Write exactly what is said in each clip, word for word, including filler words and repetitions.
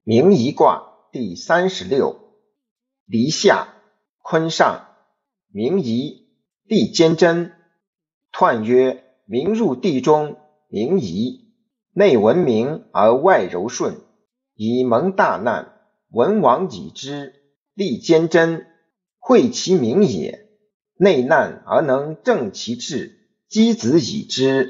明夷卦第三十六，离下，坤上，明夷，地坚贞。彖曰：明入地中，明夷，内文明而外柔顺，以蒙大难，文王已之，利坚贞，惠其民也。内难而能正其志，箕子以之。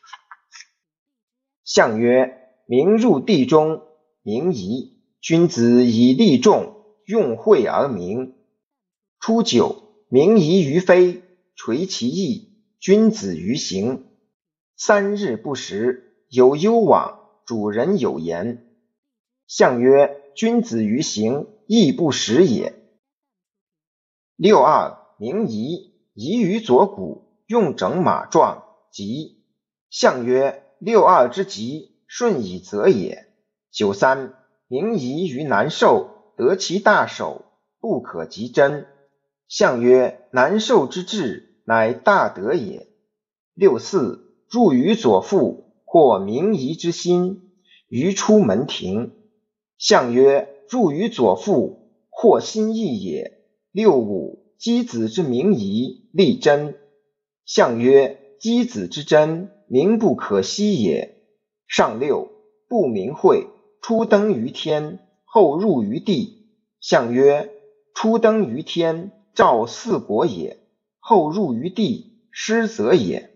象曰：明入地中，明夷，君子以利众，用惠而明。初九，明夷于非，垂其义，君子于行。三日不食，有攸往，主人有言。象曰：君子于行，义不食也。六二，明夷，夷于左谷，用整马壮，吉。象曰：六二之吉，顺以则也。九三，明夷于南受，得其大守，不可及真。象曰：南受之志，乃大德也。六四，入于左腹，或明夷之心，于出门庭。象曰：入于左腹，或心意也。六五，箕子之明夷，利贞。象曰：箕子之贞，民不可息也。上六，不明晦，初登于天，后入于地。象曰：初登于天，照四国也，后入于地，失则也。